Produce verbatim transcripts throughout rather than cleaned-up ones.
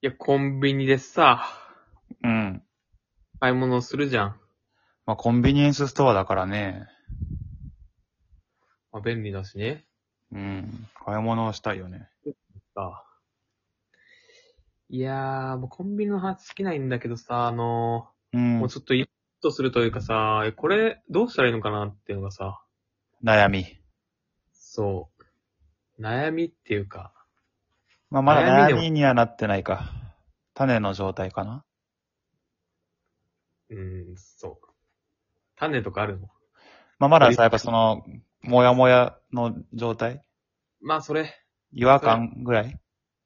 いや、コンビニでさ、 うん。 買い物をするじゃん。 まあ、コンビニエンスストアだからね。 まあ、便利だしね。 うん。買い物をしたいよね。 さ。いやー、もうコンビニの話尽きないんだけどさ、あのー、もううん。 ちょっとイラッとするというかさ、えこれどうしたらいいのかなっていうのがさ、 悩み。 そう、悩みっていうか、 まあ、まだ悩悩みでも、 みにはなってないか。種の状態かな。 うーん、そう。種とかあるの？ まあ、まださ、やっぱ取りその、もやもやの状態まあ、それ、 違和それ、 感ぐらい。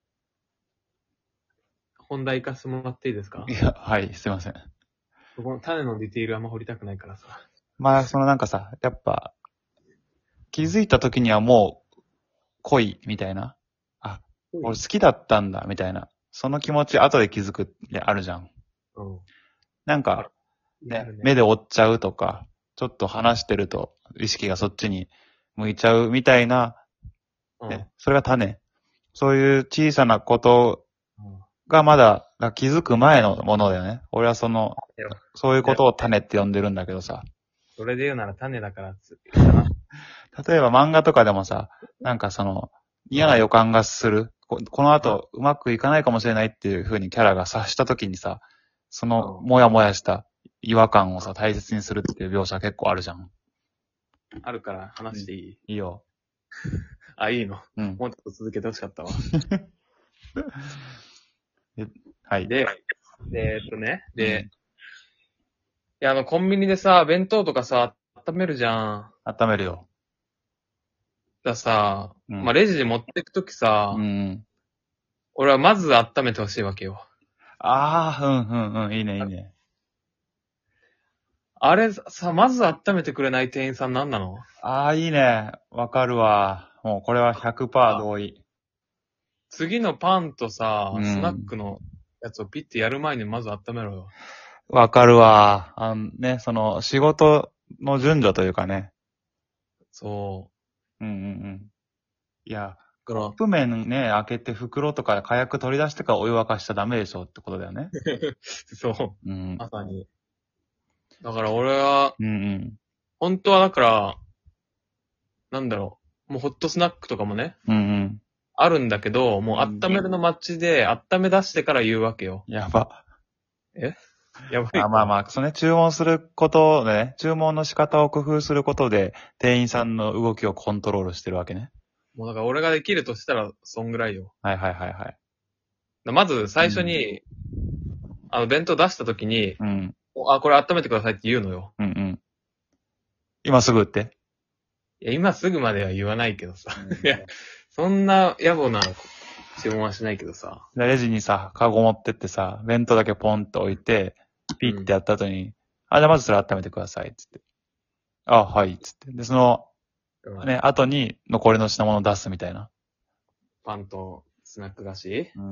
本題行かせてもらっていいですか？ いや、はい、すいません。 そこの種のディテールあんま掘りたくないからさ。 まあ、そのなんかさ、やっぱ、気づいた時にはもう、恋、みたいな。あ、 うん。 俺好きだったんだ、みたいな。その気持ち後で気づくってあるじゃん。 うん。 なんか、 ある。いや、あね、 るね。 目で追っちゃうとか、ちょっと話してると意識がそっちに向いちゃうみたいな、 うん。 ね、それが種。そういう小さなことうんがまだが気づく前のものだよね。俺はその、 いやそういうことを種って呼んでるんだけどさ。 それで言うなら種だからつ、かな。 例えば漫画とかでもさ、なんかその、嫌な予感がする。ここの後うまくいかないかもしれないっていう風にキャラが察した時にさ、その、 うんもやもやした違和感をさ、大切にするっていう描写結構あるじゃん。 あるから話していい？ いいよ。 あ、いいの。 うん。 もうちょっと続けてほしかったわ。 はい。 で、で、えっとね、で、 うんいや、あの、コンビニでさ、弁当とかさ、温めるじゃん。 温めるよ。 ださ、 うん。 まあ、レジで持ってくときさ、 うん。 俺はまず温めてほしいわけよ。 ああ、うんうんうん。いいねいいね。 あれさ、まず温めてくれない店員さんなんなの？ ああ、いいね。わかるわ。もうこれはひゃくパーセント同意。 次のパンとさ、 うスナッん。 クのやつをピッてやる前にまず温めろよ。 わかるわ。あのね、その仕事の順序というかね。 そうんうんうん。いや、 う。だかカップ麺ね、開けて袋とか火薬取り出してからお湯沸かしちゃダメでしょってことだよね。 ら、そう。 うん。 まさに。だから俺は、 うんうん。 本当はだから、なんだろう。もうホットスナックとかもね、 うんうん。 あるんだけど、もう温めるの待ちで、温め出してから言うわけよ。 やば。 えやばいか。 あまあまあ、そのね、注文することでね、注文の仕方を工夫することで、店員さんの動きをコントロールしてるわけね。 もうだから俺ができるとしたら、そんぐらいよ。 はいはいはいはい。 だまず最初に、あの、弁当出した時に、 うん。 あ、これ温めてくださいって言うのよ。 うんうん。今すぐって。 いや、今すぐまでは言わないけどさ。 うんいや、そんな野暮な注文はしないけどさ。 でレジにさ、カゴ持ってってさ、弁当だけポンって置いて、ピッてやった後に、あ、じゃあまずそれ温めてください、つって。あ、はい、つって。で、その、 うんね、後に残りの品物を出すみたいな。 パンとスナック菓子うん。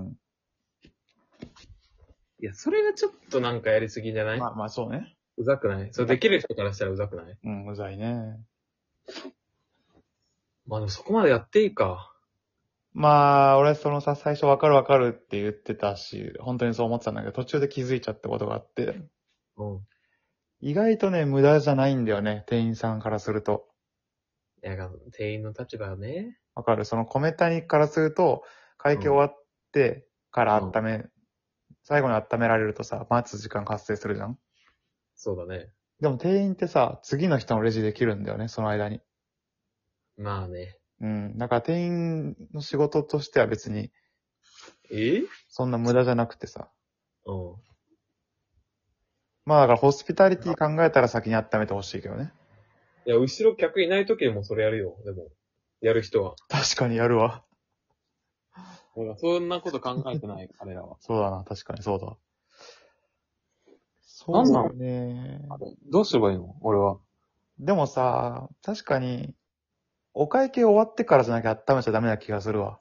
いや、それがちょっとなんかやりすぎじゃない？ まあまあそうね。 うざくない？それできる人からしたらうざくない？ うん、うざいね。 まあでもそこまでやっていいか。 まあ、俺そのさ、最初わかるわかるって言ってたし、本当にそう思ってたんだけど、途中で気づいちゃったことがあって、 うん。 意外とね、無駄じゃないんだよね、店員さんからすると。 いや、店員の立場はね。 わかるその米谷からすると、会計終わってから温め、最後に温められるとさ、待つ時間発生するじゃん。 そうだね。 でも店員ってさ、次の人のレジできるんだよね、その間に。 まあね。 うん。だから店員の仕事としては別に、 えそんな無駄じゃなくてさ。 うん。 まあだからホスピタリティ考えたら先に温めてほしいけどね。 いや、後ろ客いない時でもそれやるよ。でも、やる人は。 確かにやるわ。 ほら、そんなこと考えてない、彼らは。 そうだな、確かにそうだ。 なんなのそうね。 どうすればいいの俺は。 でもさ、確かに、お会計終わってからじゃなきゃ温めちゃダメな気がするわ。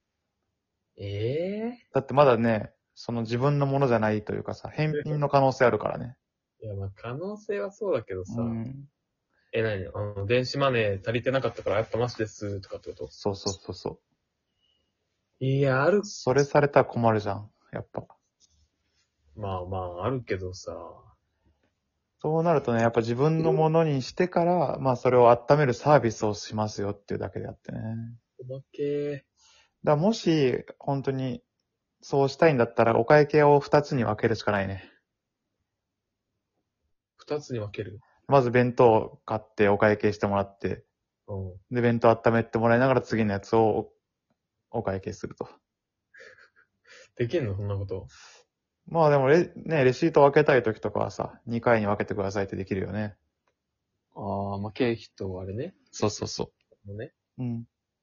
ええだってまだね、その自分のものじゃないというかさ、返品の可能性あるからね。 いや、まあ、可能性はそうだけどさ。 うん。 え、なにあの、電子マネー足りてなかったからやっぱマシです、とかってこと？ そうそうそうそう。 いや、ある。 それされたら困るじゃん。 やっぱ。 まあまあ、あるけどさ。 そうなるとね、やっぱ自分のものにしてから、まあそれを温めるサービスをしますよっていうだけであってね。 おまけ。 だからもし、本当に、そうしたいんだったら、お会計を二つに分けるしかないね。 二つに分ける。 まず弁当を買ってお会計してもらって、 うん。 で、弁当温めてもらいながら次のやつをお会計すると。 できんのそんなこと。 まあでもレ、ね、レシート分けたい時とかはさ、にかいに分けてくださいってできるよね。 ああ、まあ、経費とあれね。 そうそうそもうね。 う。うん。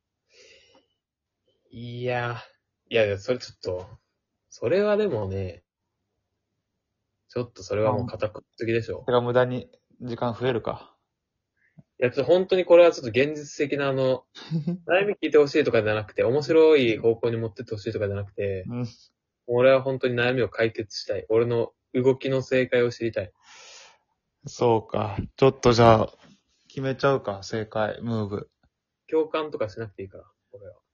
いや、いやいや、それちょっと、それはでもね、ちょっとそれはもう堅くすぎでしょそ。れが無駄に時間増えるか。 いや、ちょっと本当にこれはちょっと現実的なあの、悩み聞いてほしいとかじゃなくて、面白い方向に持ってってほしいとかじゃなくて、 うん。 俺は本当に悩みを解決したい。俺の動きの正解を知りたい。 そうか。ちょっとじゃあ、決めちゃうか、正解、ムーブ。 共感とかしなくていいから、俺は。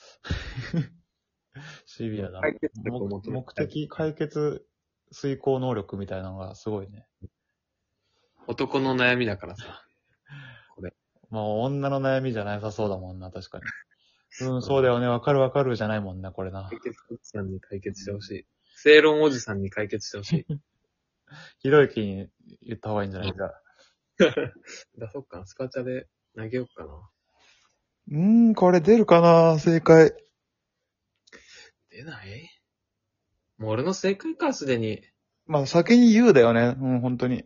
シビアだな。 解決策を目求め目的解決遂行能力みたいなのがすごいね。 男の悩みだからさ。 もう女の悩みじゃなさそうだもんな、確かに。うん、そうだよね、わかるわかるじゃないもんな、これな。 解決おじさんに解決してほしい。正論おじさんに解決してほしい。 ひろゆきに言った方がいいんじゃないか。 出そうかな。スパチャで投げようかな。 うーん、これ出るかな、正解。 出ないもう俺の正解か、すでに。 まあ、先に言うだよね、うん、本当に。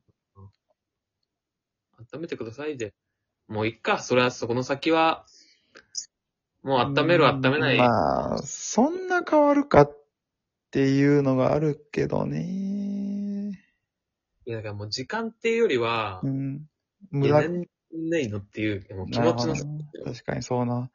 温めてくださいで。もういっか。それはそこの先は、もう温める温めない。 まあ、そんな変わるかっていうのがあるけどね。 いや、だからもう時間っていうよりはう、ん。 い無駄。 や何ないのっていう、もう気持ちのなるほど、ね。確かにそうな。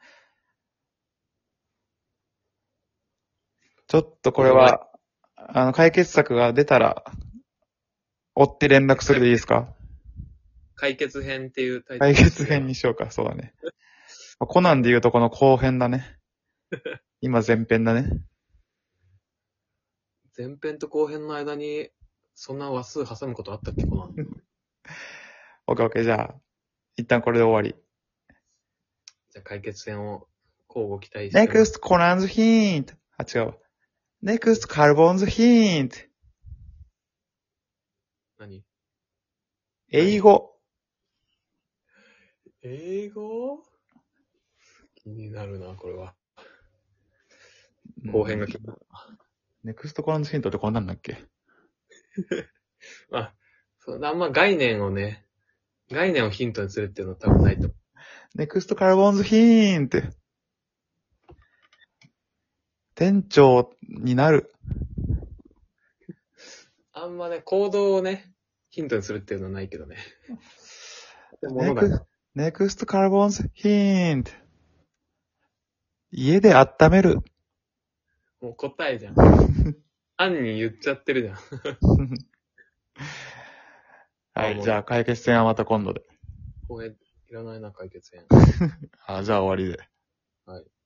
ちょっとこれは、あの、解決策が出たら、追って連絡するでいいですか？ 解決編っていうタイト解ル。 決編にしようか、そうだね。コナンで言うとこの後編だね。今前編だね。 前編と後編の間に、そんな話数挟むことあったっけ、コナン。 オッケーオッケー、じゃあ、一旦これで終わり。 じゃあ解決編を交互期待してます。 Next, コナンズヒント。あ、違うわ。Next, カルボンズヒント。 何英語。 英語気になるな、これは。後編が気になる。 ネクストコナンズヒントってこんなんだっけ？ まあ、そうあんま概念をね、概念をヒントにするっていうのは多分ないと思う。 ネクストカルボンズヒント。店長になる。 あんまね、行動をね、ヒントにするっていうのはないけどね。ものだよ。 ネクネクストカルボンズヒント。家で温める。 もう答えじゃん。案に言っちゃってるじゃん。 はい、じゃあ解決戦はまた今度で。 これ、いらないな、解決編。 あ、じゃあ終わりで。 はい。